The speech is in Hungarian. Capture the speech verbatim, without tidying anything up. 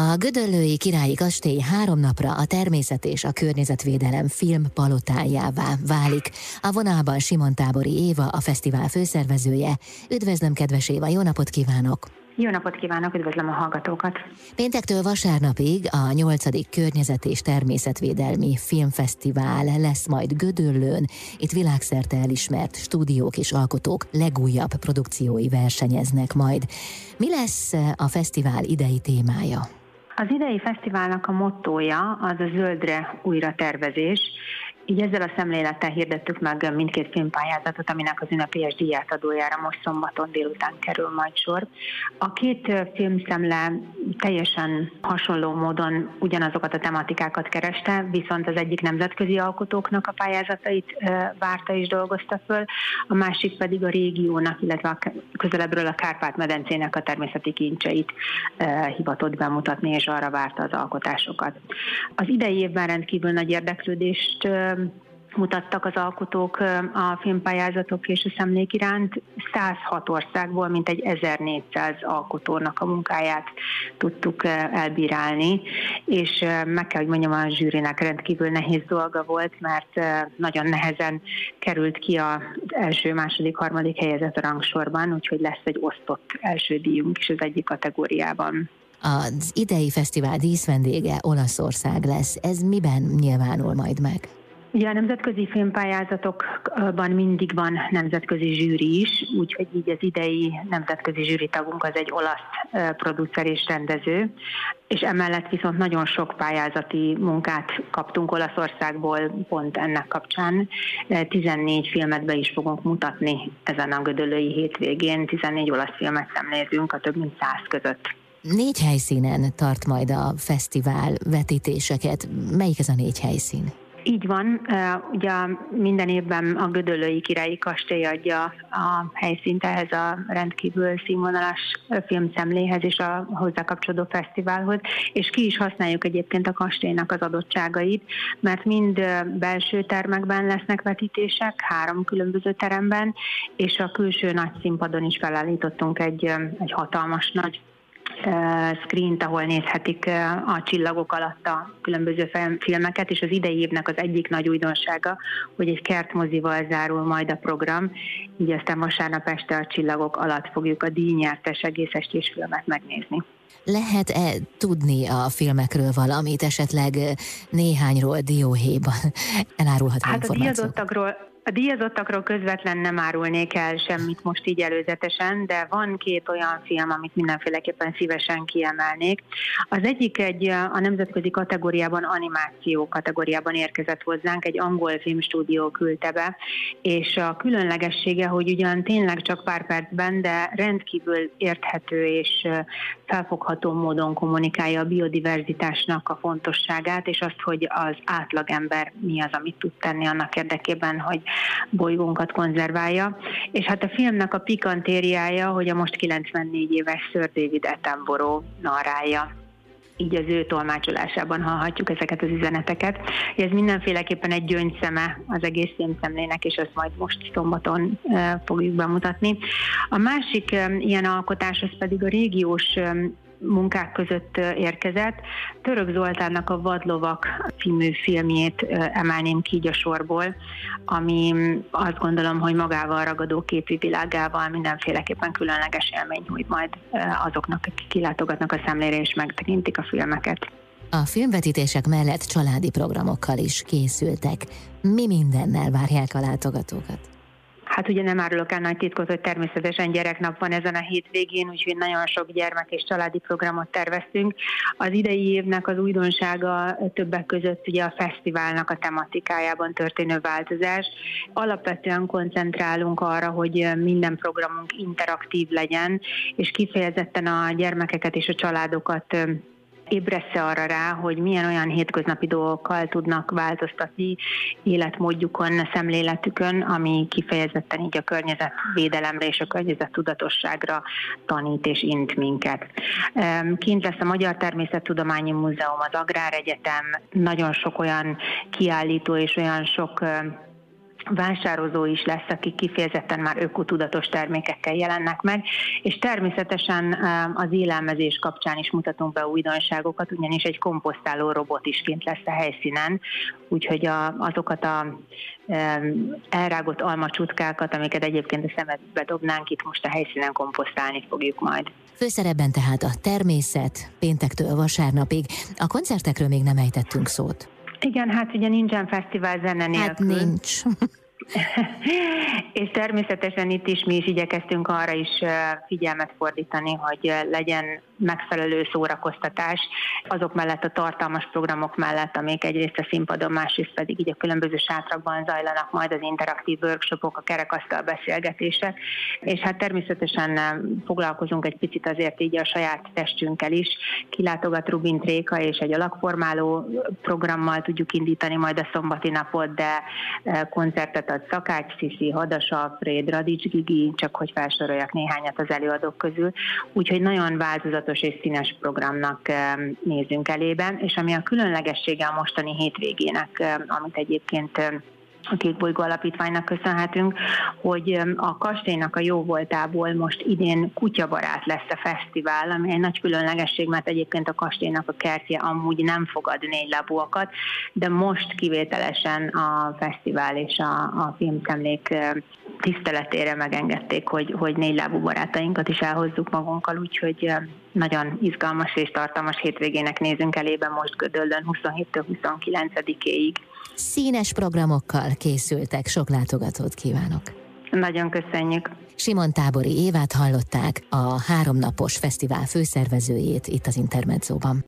A Gödöllői Királyi Kastély három napra a természet és a környezetvédelem film palotájává válik. A vonalban Simon Tábori Éva, a fesztivál főszervezője. Üdvözlöm, kedves Éva, jó napot kívánok! Jó napot kívánok, üdvözlöm a hallgatókat! Péntektől vasárnapig a nyolcadik Környezet- és Természetvédelmi Filmfesztivál lesz majd Gödöllőn. Itt világszerte elismert stúdiók és alkotók legújabb produkciói versenyeznek majd. Mi lesz a fesztivál idei témája? Az idei fesztiválnak a mottója az a zöldre újra tervezés. Így ezzel a szemlélettel hirdettük meg mindkét filmpályázatot, aminek az ünnepélyes díjátadójára most szombaton délután kerül majd sor. A két filmszemle teljesen hasonló módon ugyanazokat a tematikákat kereste, viszont az egyik nemzetközi alkotóknak a pályázatait várta és dolgozta föl, a másik pedig a régiónak, illetve a közelebbről a Kárpát-medencének a természeti kincseit hivatott bemutatni, és arra várta az alkotásokat. Az idei évben rendkívül nagy érdeklődést mutattak az alkotók a filmpályázatok és a szemlék iránt. száz hat országból mintegy ezernégyszáz alkotónak a munkáját tudtuk elbírálni, és meg kell, hogy mondjam, a zsűrinek rendkívül nehéz dolga volt, mert nagyon nehezen került ki az első, második, harmadik helyezett a rangsorban, úgyhogy lesz egy osztott első díjunk is az egyik kategóriában. Az idei fesztivál díszvendége Olaszország lesz. Ez miben nyilvánul majd meg? Ugye a nemzetközi filmpályázatokban mindig van nemzetközi zsűri is, úgyhogy így az idei nemzetközi zsűritagunk az egy olasz producer és rendező, és emellett viszont nagyon sok pályázati munkát kaptunk Olaszországból pont ennek kapcsán. tizennégy filmet be is fogunk mutatni ezen a gödöllői hétvégén, tizennégy olasz filmet szemlézünk a több mint száz között. Négy helyszínen tart majd a fesztivál vetítéseket. Melyik ez a négy helyszín? Így van, ugye minden évben a Gödöllői Királyi Kastély adja a helyszínt ehhez a rendkívül színvonalas filmszemléhez és a hozzá kapcsolódó fesztiválhoz, és ki is használjuk egyébként a kastélynak az adottságait, mert mind belső termekben lesznek vetítések, három különböző teremben, és a külső nagy színpadon is felállítottunk egy, egy hatalmas nagy screent, ahol nézhetik a csillagok alatt a különböző filmeket, és az idei évnek az egyik nagy újdonsága, hogy egy kertmozival zárul majd a program, így aztán vasárnap este a csillagok alatt fogjuk a díjnyertes egész estés filmet megnézni. Lehet-e tudni a filmekről valamit, esetleg néhányról dióhéjban elárulható hát információt? A A díjazottakról közvetlen nem árulnék el semmit most így előzetesen, de van két olyan film, amit mindenféleképpen szívesen kiemelnék. Az egyik egy a nemzetközi kategóriában, animáció kategóriában érkezett hozzánk, egy angol filmstúdió küldte be, és a különlegessége, hogy ugyan tényleg csak pár percben, de rendkívül érthető és felfogható módon kommunikálja a biodiverzitásnak a fontosságát, és azt, hogy az átlagember mi az, amit tud tenni annak érdekében, hogy bolygónkat konzerválja. És hát a filmnek a pikantériája, hogy a most kilencvennégy éves Sir David Attenborough narrálja. Így az ő tolmácsolásában hallhatjuk ezeket az üzeneteket. Ez mindenféleképpen egy gyöngyszeme az egész filmszemlének, és ezt majd most szombaton fogjuk bemutatni. A másik ilyen alkotás az pedig a régiós munkák között érkezett. Török Zoltánnak a Vadlovak című filmjét emelném ki így a sorból, ami azt gondolom, hogy magával ragadó képi világával mindenféleképpen különleges élmény nyújt majd azoknak, akik kilátogatnak a szemlére és megtekintik a filmeket. A filmvetítések mellett családi programokkal is készültek. Mi mindennel várják a látogatókat? Hát ugye nem árulok el nagy titkot, hogy természetesen gyereknap van ezen a hétvégén, úgyhogy nagyon sok gyermek és családi programot terveztünk. Az idei évnek az újdonsága többek között ugye a fesztiválnak a tematikájában történő változás. Alapvetően koncentrálunk arra, hogy minden programunk interaktív legyen, és kifejezetten a gyermekeket és a családokat ébressze arra rá, hogy milyen olyan hétköznapi dolgokkal tudnak változtatni életmódjukon, szemléletükön, ami kifejezetten így a környezetvédelemre és a környezettudatosságra tanít és int minket. Kint lesz a Magyar Természettudományi Múzeum, az Agráregyetem, nagyon sok olyan kiállító és olyan sok vásározó is lesz, akik kifejezetten már ökotudatos termékekkel jelennek meg, és természetesen az élelmezés kapcsán is mutatunk be újdonságokat, ugyanis egy komposztáló robot is kint lesz a helyszínen, úgyhogy a, azokat a elrágott almacsutkákat, amiket egyébként a szemedbe dobnánk, itt most a helyszínen komposztálni fogjuk majd. Főszerepben tehát a természet péntektől vasárnapig. A koncertekről még nem ejtettünk szót. Igen, hát ugye nincsen fesztivál zene nélkül. Hát nincs. És természetesen itt is mi is igyekeztünk arra is figyelmet fordítani, hogy legyen megfelelő szórakoztatás azok mellett, a tartalmas programok mellett, amik egyrészt a színpadon, másrészt pedig így a különböző sátrakban zajlanak majd az interaktív workshopok, a kerekasztal beszélgetések, és hát természetesen foglalkozunk egy picit azért így a saját testünkkel is. Kilátogat Rubin Tréka, és egy alakformáló programmal tudjuk indítani majd a szombati napot, de koncertet ad Szakács Sziszi, Hadas Alfréd, Radics Gigi, csak hogy felsoroljak néhányat az előadók közül. Úgyhogy nagyon változatos és színes programnak nézünk elébe, és ami a különlegessége a mostani hétvégének, amit egyébként a Kék Bolygó Alapítványnak köszönhetünk, hogy a kastélynak a jóvoltából most idén kutyabarát lesz a fesztivál, ami egy nagy különlegesség, mert egyébként a kastélynak a kertje amúgy nem fogad négylábúakat, de most kivételesen a fesztivál és a, a filmszemlék tiszteletére megengedték, hogy, hogy négylábú barátainkat is elhozzuk magunkkal, úgyhogy nagyon izgalmas és tartalmas hétvégének nézünk elébe most Gödöllőn huszonhéttől huszonkilencedikéig. Színes programokkal készültek, sok látogatót kívánok! Nagyon köszönjük! Simon Tábori Évát hallották, a háromnapos fesztivál főszervezőjét itt az Intermedzóban.